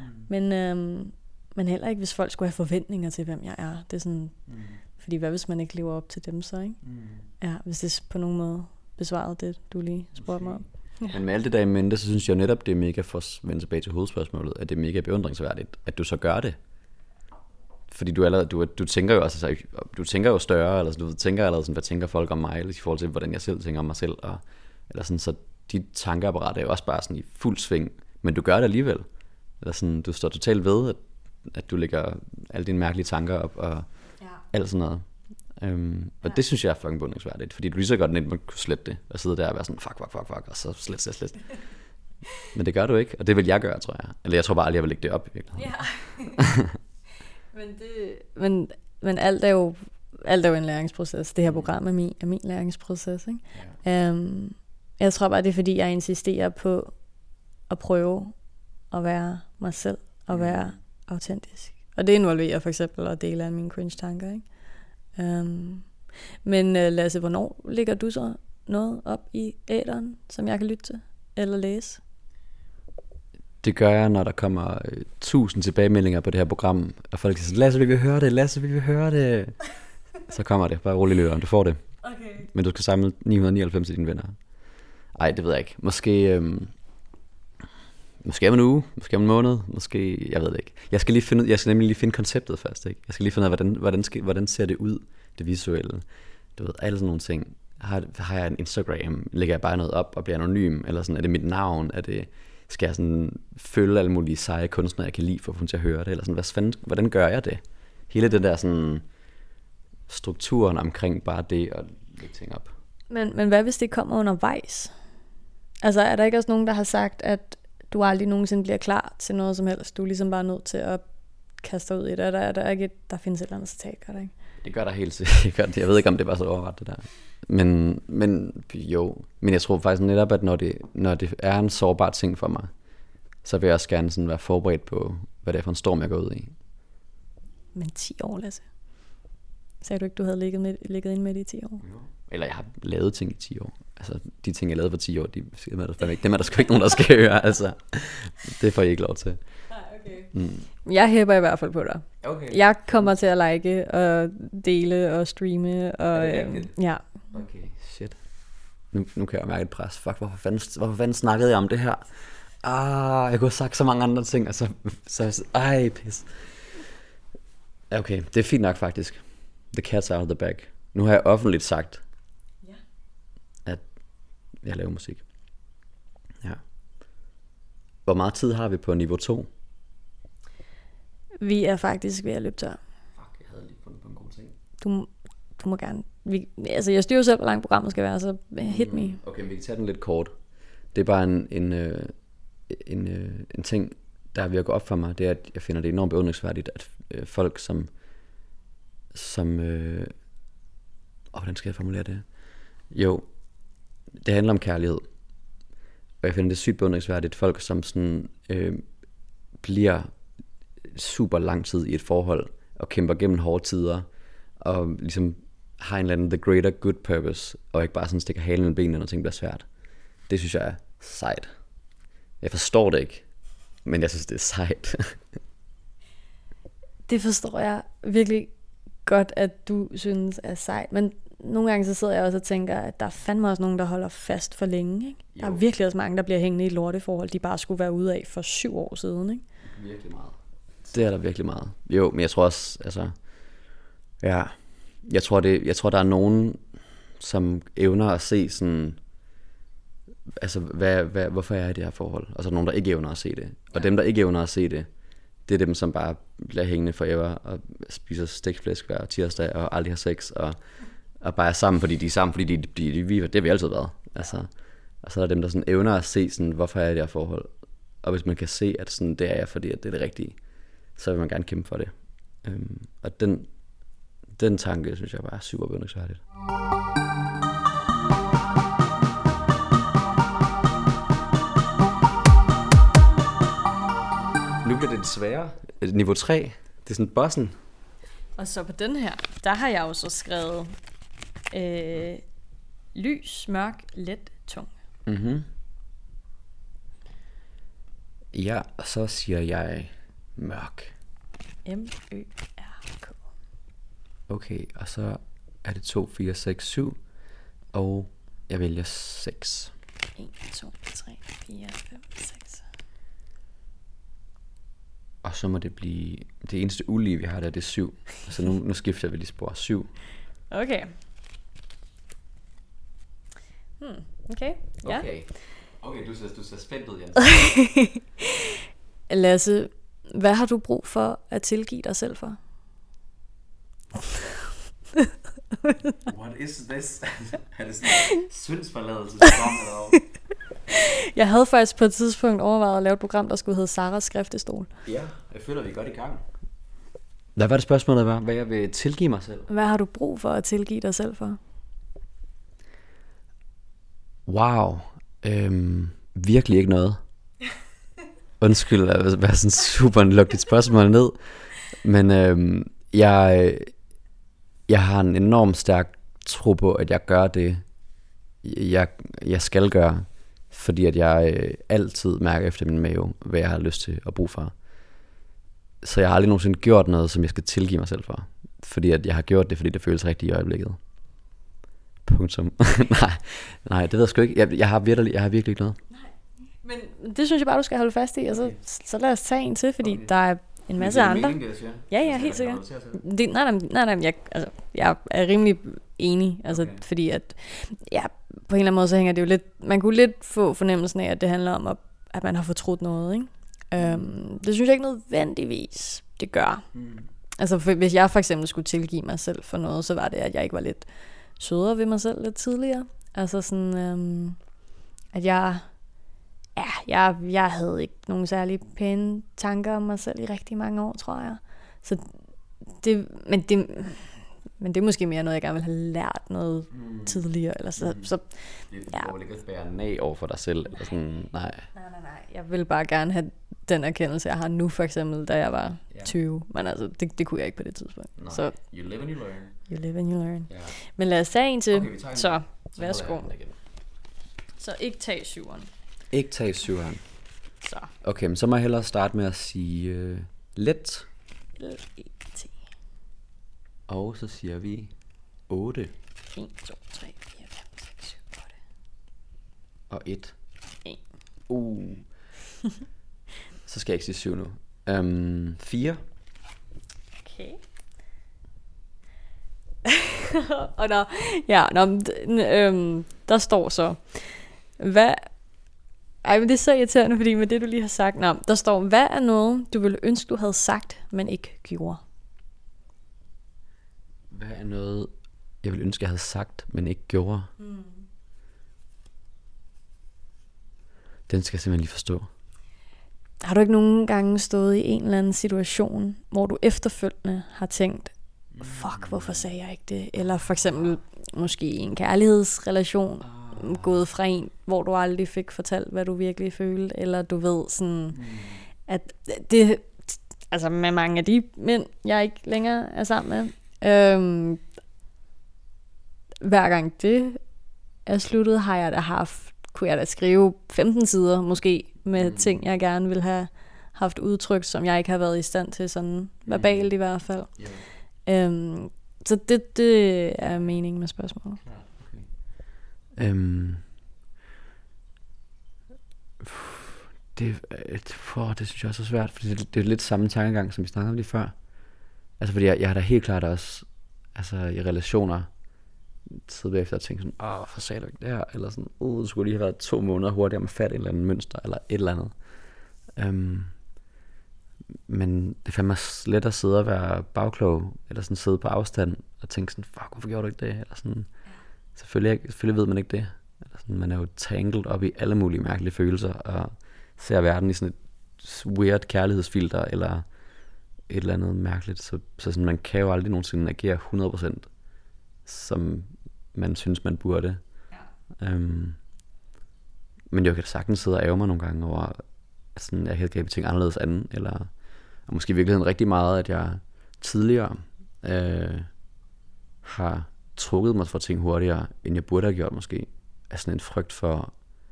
Men heller ikke, hvis folk skulle have forventninger til, hvem jeg er. Det er sådan, fordi hvad hvis man ikke lever op til dem så, ikke? Ja, hvis det på nogen måde besvarede det, du lige spurgte mig om. Ja. Men med alt det der i mente, så synes jeg jo netop, det er mega, for at vende tilbage til hovedspørgsmålet, at det er mega beundringsværdigt, at du så gør det. Fordi du tænker jo også, altså, du tænker jo større, eller du tænker allerede sådan, hvad tænker folk om mig, eller i forhold til, hvordan jeg selv tænker om mig selv, og, eller sådan, så dit tankeapparat er jo også bare sådan i fuld sving, men du gør det alligevel. Eller sådan, du står totalt ved, at du lægger alle dine mærkelige tanker op, og alt sådan noget. Og det synes jeg er fucking beundringsværdigt, fordi du lige så godt nemt må kunne slette det, og sidde der og være sådan, fuck, og så slet. Men det gør du ikke, og det vil jeg gøre, tror jeg. Eller jeg tror bare aldrig, jeg vil lægge det op i virkeligheden. Ja. Men alt er jo en læringsproces. Det her program er min læringsproces, ikke? Ja. Jeg tror bare, det er fordi, jeg insisterer på at prøve at være mig selv, og være autentisk. Og det involverer for eksempel at dele af mine cringe-tanker, ikke? Men Lasse, hvornår lægger du så noget op i æteren, som jeg kan lytte til eller læse? Det gør jeg, når der kommer 1000 tilbagemeldinger på det her program, og folk siger, Lasse, vil vi høre det? Så kommer det, bare rolig løber, du får det. Okay. Men du skal samle 999 af dine venner. Ej, det ved jeg ikke. Måske om en uge, måske om en måned, måske, jeg ved det ikke. Jeg skal nemlig lige finde konceptet først, ikke? Jeg skal lige finde ud af, hvordan ser det ud, det visuelle. Du ved, alle sådan nogle ting. Har jeg en Instagram, lægger jeg bare noget op og bliver anonym, eller sådan, er det mit navn, skal jeg sådan følge alle mulige seje kunstnere, jeg kan lide, for at få til at høre det, eller sådan, hvordan gør jeg det? Hele den der sådan strukturen omkring bare det og lægge ting op. Men hvad hvis det kommer undervejs? Altså er der ikke også nogen, der har sagt, at du aldrig nogensinde bliver klar til noget som helst? Du er ligesom bare nødt til at kaste dig ud i det. Der findes et eller andet citat, gør der ikke? Det gør der helt sikkert. Jeg ved ikke, om det var så overret, det der. Men jo. Men jeg tror faktisk netop, at når det er en sårbar ting for mig, så vil jeg også gerne sådan være forberedt på, hvad det er for en storm, jeg går ud i. Men 10 år, Lasse. Sagde du ikke, du havde ligget ind med det i 10 år? Jo. Eller jeg har lavet ting i 10 år. Altså, de ting, jeg lavede for 10 år, dem er der sgu ikke nogen, der skal høre. Altså, det får I ikke lov til. Okay. Jeg hæpper i hvert fald på dig. Okay. Jeg kommer til at like og dele og streame. Og, ja. Okay, shit. Nu kan jeg mærke et pres. Fuck, hvorfor fanden snakkede jeg om det her? Jeg kunne have sagt så mange andre ting. Altså, pis. Okay, det er fint nok faktisk. The cat's out of the bag. Nu har jeg offentligt sagt, at jeg laver musik. Ja. Hvor meget tid har vi på niveau 2? Vi er faktisk ved at løbe tør. Fuck, jeg havde lige fundet på en god ting. du må gerne. Jeg styrer selv, hvor langt programmet skal være, så hit me. Okay, vi kan tage den lidt kort. Det er bare en ting, der er ved at gå op for mig, det er, at jeg finder det enormt beundringsværdigt, at folk som hvordan skal jeg formulere det? Jo, det handler om kærlighed. Og jeg finder det sygt beundringsværdigt, folk som sådan bliver super lang tid i et forhold, og kæmper gennem hårde tider, og ligesom har en eller anden the greater good purpose, og ikke bare sådan stikker halen mellem benene, når ting bliver svært. Det synes jeg er sejt. Jeg forstår det ikke, men jeg synes, det er sejt. Det forstår jeg virkelig godt, at du synes er sejt, men nogle gange så sidder jeg også og tænker, at der er fandme også nogen, der holder fast for længe. Ikke? Der er virkelig også mange, der bliver hængende i et lorteforhold, de bare skulle være ude af for 7 år siden. Ikke? Virkelig meget. Det er der virkelig meget. Jo, men jeg tror også, altså, ja, jeg tror, der er nogen, som evner at se sådan, altså, hvorfor er jeg i det her forhold? Og så er der nogen, der ikke evner at se det. Og dem, der ikke evner at se det, det er dem, som bare bliver hængende forever, og spiser stegflæsk hver tirsdag, og aldrig har sex, og bare er sammen, fordi de er sammen, fordi det har vi altid været. Altså, og så er der dem, der sådan evner at se, sådan, hvorfor er jeg i det her forhold? Og hvis man kan se, at sådan, det er jeg, fordi at det er det rigtige, så vil man gerne kæmpe for det. Og den tanke, synes jeg bare er super beundringsværdigt. Nu bliver det desværre niveau 3. Det er sådan bossen. Og så på den her, der har jeg jo så skrevet lys, mørk, let, tung. Mhm. Ja, og så siger jeg mørk. M-Ø-R-K. Okay, og så er det 2, 4, 6, 7. Og jeg vælger 6. 1, 2, 3, 4, 5, 6. Og så må det blive... Det eneste ulige, vi har der, det er 7. Så nu skifter vi lige spor. 7. Okay. Okay, ja. Okay, du ser spændt ud, Jens. Lasse, hvad har du brug for at tilgive dig selv for? What is this? Er det sådan en syndsforladelsesprogram eller hvad? Jeg havde faktisk på et tidspunkt overvejet at lave et program, der skulle hedde Saras skriftestol. Ja, jeg føler, vi er godt i gang. Hvad var det spørgsmål, der var? Hvad jeg vil tilgive mig selv? Hvad har du brug for at tilgive dig selv for? Wow. Virkelig ikke noget. Undskyld at være sådan super lukke dit spørgsmål ned. Men jeg har en enormt stærk tro på, at jeg gør det, jeg skal gøre. Fordi at jeg altid mærker efter min mave, hvad jeg har lyst til at bruge for. Så jeg har aldrig nogensinde gjort noget, som jeg skal tilgive mig selv for. Fordi at jeg har gjort det, fordi det føles rigtigt i øjeblikket. Punktum. Nej, det ved jeg sgu ikke. Jeg har virkelig ikke noget. Nej. Men det synes jeg bare, du skal holde fast i. Og så lad os tage en til, fordi der er en masse andre. Ja, helt sikkert. Jeg er rimelig enig. Altså, fordi at, ja, på en eller anden måde, så hænger det jo lidt... Man kunne lidt få fornemmelsen af, at det handler om, at man har fortrudt noget, ikke? Det synes jeg ikke nødvendigvis, det gør. Altså, hvis jeg for eksempel skulle tilgive mig selv for noget, så var det, at jeg ikke var lidt sødere ved mig selv lidt tidligere. Altså sådan, at jeg havde ikke nogen særlig pæne tanker om mig selv i rigtig mange år, tror jeg. Så men det er måske mere noget, jeg gerne vil have lært noget tidligere. Eller så ja. Du vil ikke bære nag over for dig selv. Eller sådan, nej. Jeg vil bare gerne have den erkendelse, jeg har nu, for eksempel, da jeg var 20. Men altså, det kunne jeg ikke på det tidspunkt. Nej. Så, you live and you learn. You live and you learn. Ja. Men lad os tage en til. Okay, så værsgo. Så ikke tag 7'eren. Ikke tag 7'eren. Så. Okay, men så må jeg hellere starte med at sige let. Let. Og så siger vi 8. 1, 2, 3, 4, 5, 6, 7, 8. Og 1. 1. Så skal jeg ikke sige 7 nu. 4. Okay. Og der står så, hvad... Ej, men det er så irriterende, fordi med det, du lige har sagt, der står, hvad er noget, du ville ønske, du havde sagt, men ikke gjorde? Hvad er noget, jeg ville ønske, jeg havde sagt, men ikke gjorde? Den skal jeg simpelthen lige forstå. Har du ikke nogen gange stået i en eller anden situation, hvor du efterfølgende har tænkt, fuck, hvorfor sagde jeg ikke det? Eller for eksempel måske i en kærlighedsrelation, gået fra en, hvor du aldrig fik fortalt, hvad du virkelig følte, eller du ved sådan, at det, altså med mange af de mænd, jeg ikke længere er sammen med, hver gang det er sluttet, har jeg da kunne jeg da skrive 15 sider måske, med ting, jeg gerne ville have haft udtryk, som jeg ikke har været i stand til, sådan verbalt i hvert fald. Så det er meningen med spørgsmålet. Det synes jeg også er svært, fordi det er lidt samme tankegang, som vi snakkede om lige før. Altså fordi jeg har da helt klart også, altså i relationer, siddet bagefter og tænkt sådan, hvorfor sagde du ikke det her? Eller sådan, du skulle lige have været 2 måneder hurtigere med fat i et eller andet mønster, eller et eller andet. Men det er fandme let at sidde og være bagklog, eller sådan sidde på afstand, og tænke sådan, fuck, hvorfor gjorde du ikke det? Eller sådan, selvfølgelig ved man ikke det. Eller sådan, man er jo tangled op i alle mulige mærkelige følelser, og ser verden i sådan et weird kærlighedsfilter, eller et eller andet mærkeligt. Så sådan, man kan jo aldrig nogensinde agere 100%, som man synes, man burde. Men jeg kan da sagtens sidde og ærge mig nogle gange over, at sådan, jeg havde grebet ting anderledes an, eller og måske i virkeligheden rigtig meget, at jeg tidligere har trukket mig for ting hurtigere, end jeg burde have gjort måske. Af sådan en frygt for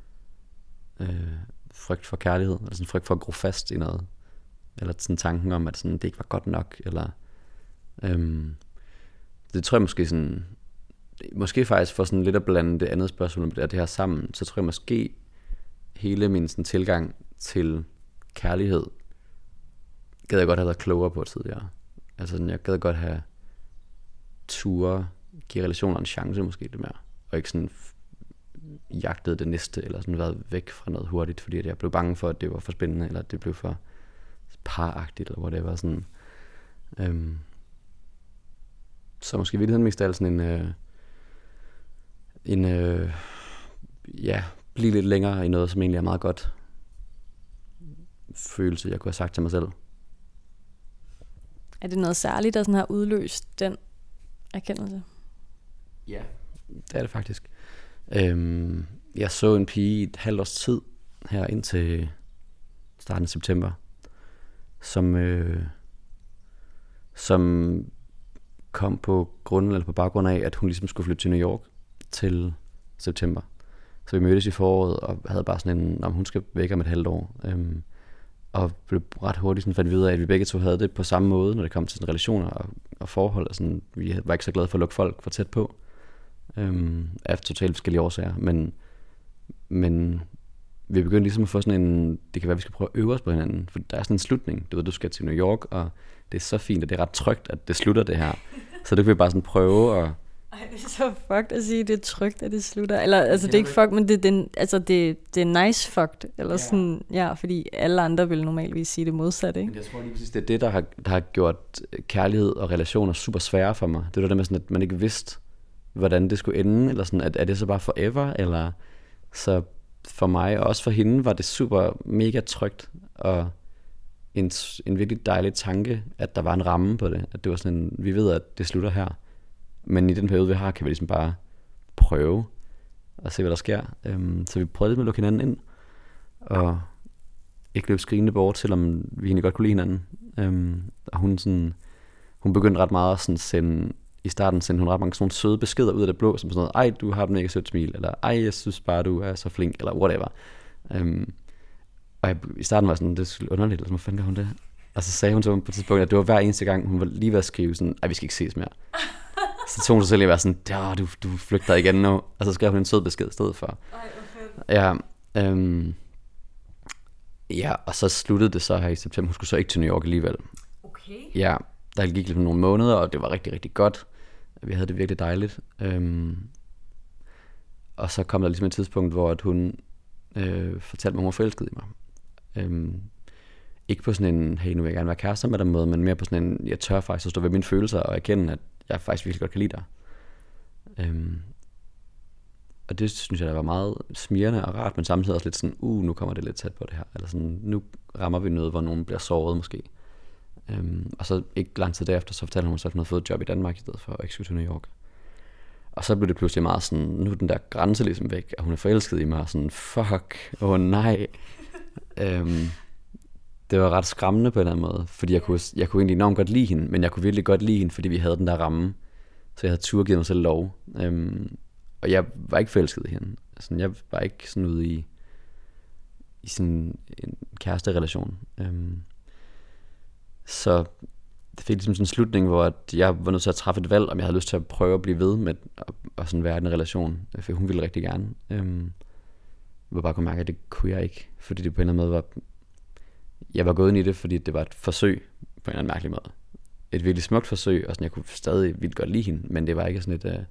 kærlighed, eller sådan en frygt for at gro fast i noget, eller sådan tanken om, at sådan, det ikke var godt nok, eller det tror jeg måske faktisk for sådan lidt at blande det andet spørgsmål med det her sammen, så tror jeg måske hele min sådan tilgang til kærlighed gad jeg godt have været klogere på tidligere. Altså sådan, jeg gad godt have ture, give relationer en chance måske lidt mere, og ikke sådan jagtet det næste, eller sådan været væk fra noget hurtigt, fordi at jeg blev bange for, at det var for spændende, eller at det blev for paragtigt, eller whatever sådan. Så måske i virkeligheden mest af alt sådan blive lidt længere i noget, som egentlig er meget godt følelse, jeg kunne have sagt til mig selv. Er det noget særligt, der sådan har udløst den erkendelse? Ja, det er det faktisk. Jeg så en pige i et halvt års tid her indtil starten af september, som kom på baggrund af, at hun ligesom skulle flytte til New York til september. Så vi mødtes i foråret og havde bare sådan en, om hun skal væk om et halvt år. Og blev ret hurtigt sådan fandt vi ud af, at vi begge to havde det på samme måde, når det kom til sådan relationer og forhold. Og sådan, vi var ikke så glade for at lukke folk for tæt på. Af totalt forskellige årsager. Men vi begyndte ligesom at få sådan en, det kan være, at vi skal prøve at øve os på hinanden. For der er sådan en slutning. Du skal til New York, og det er så fint, og det er ret trygt, at det slutter det her. Så det kan vi bare sådan prøve at... Ej, det er så fucked at sige, det er trygt, at det slutter. Eller, altså, det er ikke fucked, men det er nice fucked. Eller sådan, fordi alle andre vil normalvis sige det modsatte, ikke? Men jeg tror lige præcis, det er det, der har gjort kærlighed og relationer super svære for mig. Det var det med sådan, at man ikke vidste, hvordan det skulle ende, eller sådan, at er det så bare forever, eller så for mig, og også for hende, var det super mega trygt, og en virkelig dejlig tanke, at der var en ramme på det, at det var sådan en, vi ved, at det slutter her, men i den periode, vi har, kan vi ligesom bare prøve og se, hvad der sker. Så vi prøvede lidt med at lukke hinanden ind, og ikke løbe skrigende bort, selvom vi egentlig godt kunne lide hinanden. Og hun begyndte ret meget at sådan sendte hun ret mange sådan søde beskeder ud af det blå, som sådan noget, ej, du har et mega sødt smil, eller ej, jeg synes bare, du er så flink, eller whatever. Og i starten var sådan, det er underligt, eller hvad fanden gør hun det? Og så sagde hun til mig på et tidspunkt, at det var hver eneste gang, hun var lige ved at skrive sådan, ej, vi skal ikke ses mere. Så tog hun sig selv i at være sådan, du flygter igen nu. Og så skrev hun en sød besked i stedet for. Ej, ja, og så sluttede det så her i september. Hun skulle så ikke til New York alligevel. Okay. Ja, der gik lidt nogle måneder, og det var rigtig, rigtig godt. Vi havde det virkelig dejligt. Og så kom der ligesom et tidspunkt, hvor at hun fortalte mig, hun var forelsket i mig. Ikke på sådan en, hey, nu vil jeg gerne være kærester med den måde, men mere på sådan en, jeg tør faktisk at stå ved mine følelser og erkende, at jeg faktisk virkelig godt kan lide dig. Og det synes jeg, der var meget smirrende og rart, men samtidig også lidt sådan, nu kommer det lidt tæt på det her. Eller sådan, nu rammer vi noget, hvor nogen bliver såret måske. Og så ikke lang tid derefter, så fortalte hun så, at hun havde fået et job i Danmark i stedet for, og ikke skulle til New York. Og så blev det pludselig meget sådan, nu er den der grænse ligesom væk, og hun er forelsket i mig, og sådan, fuck, nej. Det var ret skræmmende på en eller anden måde, fordi jeg kunne egentlig enormt godt lide hende, men jeg kunne virkelig godt lide hende, fordi vi havde den der ramme, så jeg havde givet mig selv lov. Og jeg var ikke forelsket i hende. Altså, jeg var ikke sådan ude i sådan en kæresterelation. Så det fik ligesom sådan en slutning, hvor jeg var nødt til at træffe et valg, om jeg havde lyst til at prøve at blive ved med at sådan være i en relation, for hun ville rigtig gerne. Jeg bare kunne mærke, at det kunne jeg ikke, fordi det på en eller anden måde var, jeg var gået ind i det, fordi det var et forsøg på en eller anden mærkelig måde. Et virkelig smukt forsøg, og sådan, jeg kunne stadig vildt godt lide hende, men det var ikke sådan et,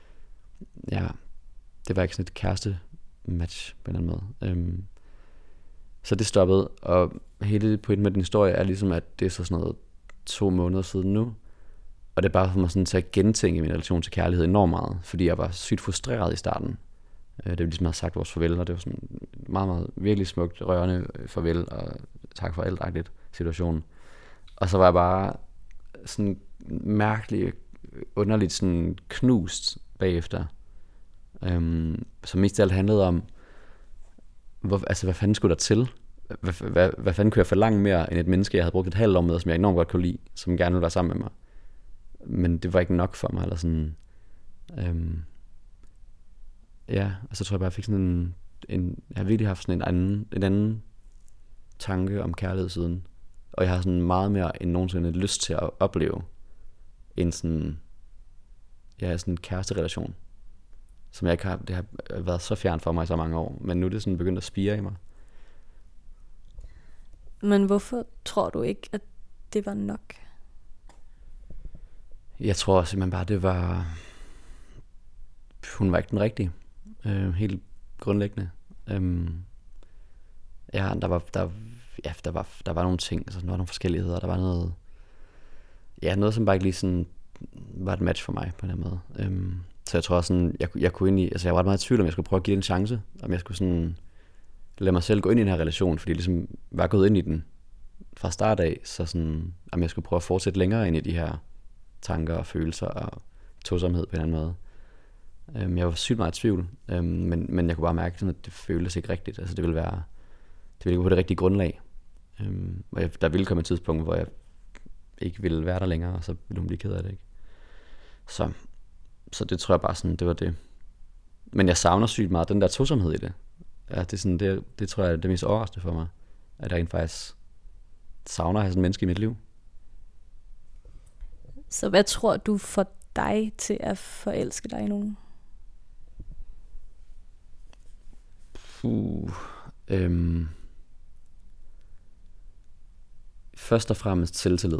det var ikke sådan et kæreste match på en eller anden måde. Så det stoppede, og hele pointen med den historie er ligesom, at det er så sådan noget 2 måneder siden nu, og det er bare for mig sådan til at gentænke min relation til kærlighed enormt meget, fordi jeg var sygt frustreret i starten. Det var ligesom, jeg havde sagt vores farvel, og det var sådan meget, meget virkelig smukt, rørende farvel, og tak for alt-agtigt situation. Og så var jeg bare sådan mærkeligt, underligt sådan knust bagefter, som mest af alt handlede om, hvad fanden skulle der til? Hvad fanden kunne jeg forlange mere end et menneske, jeg havde brugt et halvt år med, som jeg enormt godt kunne lide, som gerne ville være sammen med mig. Men det var ikke nok for mig, eller sådan. Og så tror jeg bare, jeg fik sådan jeg har virkelig haft sådan en anden tanke om kærlighed siden. Og jeg har sådan meget mere end nogensinde lyst til at opleve en sådan, sådan en kæresterelation, som jeg ikke har, det har været så fjern for mig i så mange år, men nu er det sådan begyndt at spire i mig. Men hvorfor tror du ikke, at det var nok? Jeg tror simpelthen bare, hun var ikke den rigtige. Helt grundlæggende. Der var nogle ting, altså der var nogle forskelligheder, der var noget som bare ikke lige sådan var et match for mig på den måde. Så jeg tror også sådan, jeg kunne egentlig, altså jeg var ret meget i tvivl, om jeg skulle prøve at give det en chance, om jeg skulle sådan lade mig selv gå ind i den her relation, fordi jeg ligesom var gået ind i den fra start af, så sådan, om jeg skulle prøve at fortsætte længere ind i de her tanker og følelser og tosomhed på en eller anden måde. Jeg var sygt meget i tvivl, men jeg kunne bare mærke, at det føltes ikke rigtigt. Altså det ville ikke på det rigtige grundlag. Og der ville komme et tidspunkt, hvor jeg ikke ville være der længere, og så ville hun blive ked af det, ikke? Så det tror jeg bare sådan, det var det. Men jeg savner sygt meget den der tosomhed i det. Ja, det er sådan, det tror jeg er det mest overraskende for mig, at jeg rent faktisk savner at have sådan en menneske i mit liv. Så hvad tror du får dig til at forelske dig i nogen? Først og fremmest selvtillid.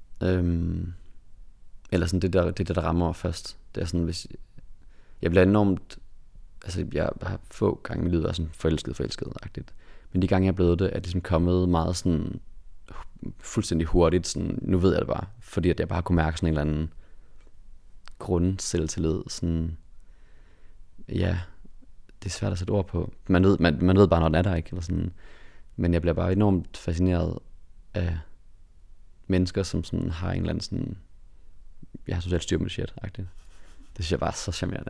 Eller sådan det der rammer mig først. Det er sådan, hvis jeg bliver enormt, altså jeg har få gange i mit liv været sådan forelsket-agtigt. Men de gange jeg er blevet det, er det ligesom kommet meget sådan fuldstændig hurtigt, sådan, nu ved jeg det bare, fordi at jeg bare kunne mærke sådan en eller anden grundselvtillid, sådan, ja, det er svært at sætte ord på. Man ved bare, når den er der, ikke? Eller sådan. Men jeg bliver bare enormt fascineret af mennesker, som sådan har en eller anden sådan, jeg har totalt styr på det shit-agtigt. Det synes jeg bare er så charmerende.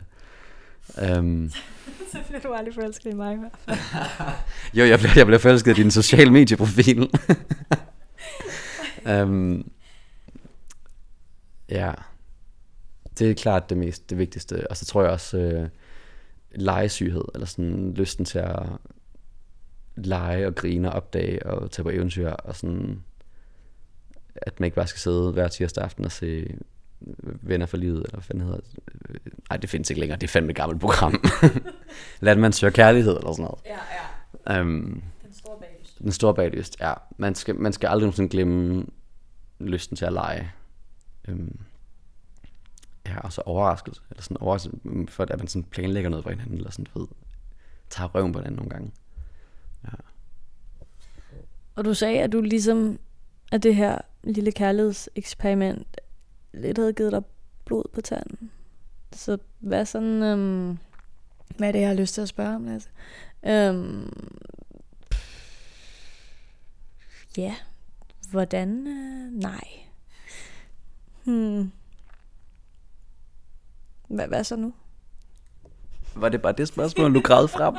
Så bliver du aldrig forelsket i mig i hvert fald. Jo, jeg blev forelsket i din sociale medieprofil. Ja, det er klart det vigtigste. Og så tror jeg også legesyghed, eller sådan lysten til at lege og grine og opdage og tage på eventyr, og sådan at man ikke bare skal sidde hver tirsdag aften og se Venner for livet, eller hvad fanden hedder det? Nej, det findes ikke længere, det er fandme et gammelt program. Lad man søge kærlighed, eller sådan noget. Ja. Den store baglyst, ja. Man skal aldrig sådan glemme lysten til at lege. Ja, og så overraskelse, eller sådan overraskelse, for at man sådan planlægger noget for hinanden, eller sådan, du ved, tager røven på hinanden nogle gange. Ja. Og du sagde, at du ligesom, at det her lille kærlighedseksperiment lidt havde givet dig blod på tanden. Så hvad sådan... hvad er det, jeg har lyst til at spørge om, Lasse? Ja, hvordan... nej. Hvad så nu? Var det bare det spørgsmål, du gravede frem?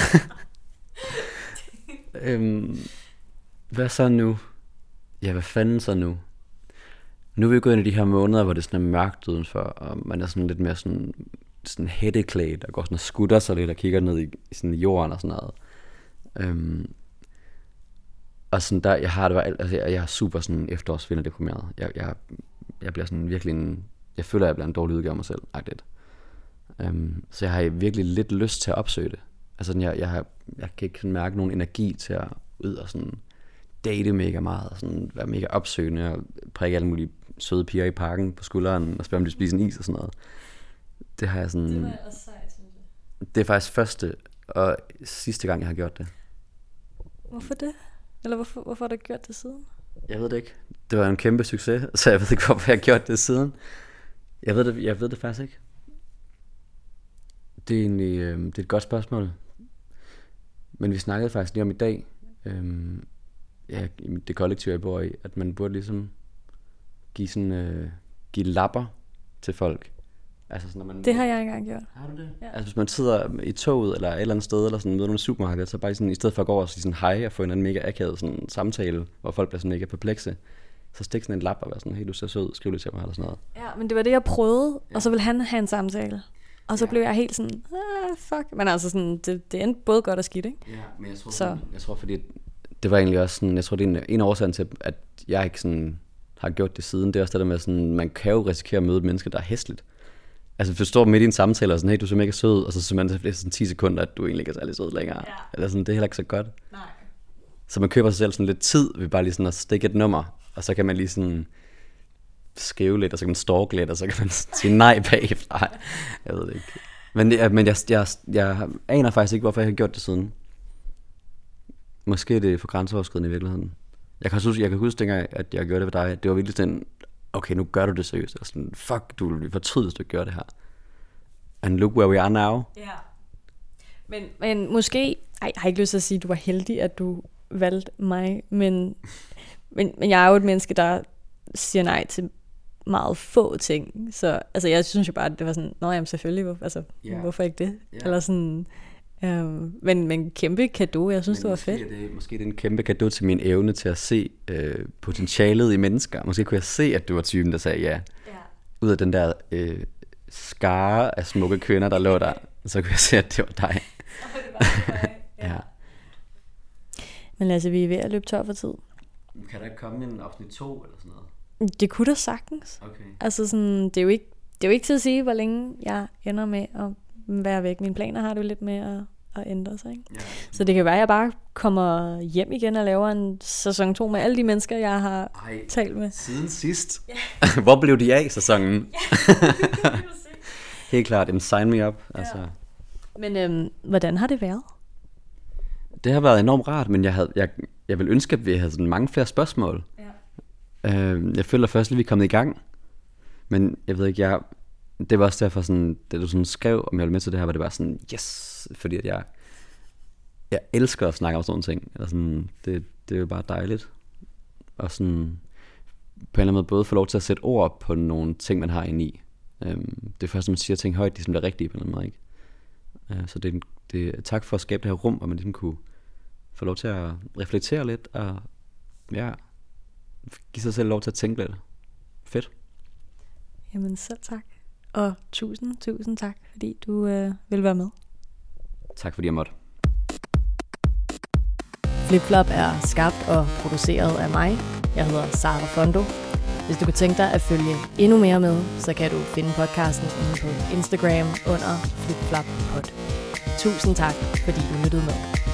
Hvad så nu? Ja, hvad fanden så nu? Nu er vi gået ind i de her måneder, hvor det sådan er mørkt udenfor, og man er sådan lidt mere sådan hætteklædt, og går sådan og skutter sig lidt og kigger ned i sådan jorden og sådan noget. Og sådan der, jeg har det bare, altså jeg er super sådan efterårsvinterdeprimeret. Jeg bliver sådan virkelig jeg føler, at jeg bliver en dårlig udgave af mig selv. Så jeg har virkelig lidt lyst til at opsøge det. Altså jeg kan ikke sådan mærke nogen energi til at ud og sådan date mega meget, og sådan være mega opsøgende og prikke alle mulige søde piger i parken på skulderen og spørge, om de spiser en is og sådan noget. Det har jeg sådan... Det var ellers sejt, synes jeg. Det er faktisk første og sidste gang, jeg har gjort det. Hvorfor det? Eller hvorfor har du ikke gjort det siden? Jeg ved det ikke. Det var en kæmpe succes, så jeg ved ikke, hvorfor jeg har gjort det siden. Jeg ved det faktisk ikke. Det er egentlig det er et godt spørgsmål. Men vi snakkede faktisk lige om i dag, i det kollektiv, jeg bor i, at man burde ligesom give lapper til folk. Altså sådan, når man, det har jeg ikke engang gjort. Har du det? Ja. Altså hvis man sidder i toget eller et eller andet sted, eller sådan møder nogle supermarkeder, så bare sådan, i stedet for at gå over og sige sådan hej og få en anden mega akavet sådan samtale, hvor folk bliver sådan mega perplekse, så stik sådan en lap og være sådan, hey, du ser sød, skriv det til mig eller sådan noget. Ja, men det var det, jeg prøvede, og så ville han have en samtale. Og så blev jeg helt sådan, fuck. Men altså sådan, det endte både godt og skidt, ikke? Ja, men jeg tror fordi det var egentlig også sådan, jeg tror det er en af årsagen til, at jeg ikke sådan har gjort det siden. Det er også det der med sådan, man kan jo risikere at møde et menneske, der er hæsligt. Altså hvis du står midt i en samtale og sådan, hey, du er så mega sød, og så simpelthen efter sådan 10 sekunder, at du egentlig ikke er særlig sød længere. Ja. Eller sådan, det er heller ikke så godt. Nej. Så man køber sig selv sådan lidt tid ved bare lige sådan at stikke et nummer, og så kan man lige sådan skrive lidt, og så kan man stalke lidt, og så kan man sige nej bagefter. Nej, jeg ved det ikke. Men jeg aner faktisk ikke, hvorfor jeg har gjort det siden. Måske er det for grænseoverskridende i virkeligheden. Jeg kan huske dengang, at jeg gjorde det ved dig. Det var virkelig sådan, okay, nu gør du det seriøst. Og sådan, fuck, du vil fortryde, hvis du gør det her. And look where we are now. Ja. Men måske, jeg har ikke lyst til at sige, at du var heldig, at du valgte mig. Men jeg er jo et menneske, der siger nej til meget få ting. Så altså, jeg synes jo bare, at det var sådan, nå jamen selvfølgelig, hvorfor ikke det? Yeah. Eller sådan, men kæmpe cadeau, jeg synes, det var fedt. Måske det er en kæmpe cadeau til min evne til at se potentialet i mennesker. Måske kunne jeg se, at du var typen, der sagde ja. Ud af den der skare af smukke kvinder, der lå der, så kunne jeg se, at det var dig. Ja. Men Lasse, vi er ved at løbe tør for tid. Kan der ikke komme en afsnit 2 eller sådan noget? Det kunne da sagtens. Okay. Altså sådan, det er jo ikke til at sige, hvor længe jeg ender med at være væk. Mine planer har det jo lidt med at ændre sig, ikke? Ja. Så det kan være, at jeg bare kommer hjem igen og laver en sæson 2 med alle de mennesker, jeg har talt med. Siden sidst. Yeah. Hvor blev de af sæsonen? Ja. Helt klart, sign me up. Altså. Ja. Men hvordan har det været? Det har været enormt rart, men jeg vil ønske, at vi havde sådan mange flere spørgsmål. Ja. Jeg føler først lige, vi er kommet i gang. Men jeg ved ikke, det var også derfor, sådan, da du sådan skrev, om jeg ville med til det her, var det bare sådan, yes, fordi at jeg elsker at snakke om sådan nogle ting. Eller sådan, det er jo bare dejligt. Og sådan, på en eller anden måde både få lov til at sætte ord på nogle ting, man har inde i. Det er først, når man siger ting højt, som det er rigtige på en eller anden måde, ikke? Så det er tak for at skabe det her rum, hvor man ligesom kunne få lov til at reflektere lidt, og ja, give sig selv lov til at tænke lidt. Fedt. Jamen selv tak. Og tusind tak, fordi du vil være med. Tak fordi jeg måtte. Flip-Flop er skabt og produceret af mig. Jeg hedder Sara Fondo. Hvis du kunne tænke dig at følge endnu mere med, så kan du finde podcasten inde på Instagram under FlipFlop Pod. Tusind tak, fordi du lyttede med.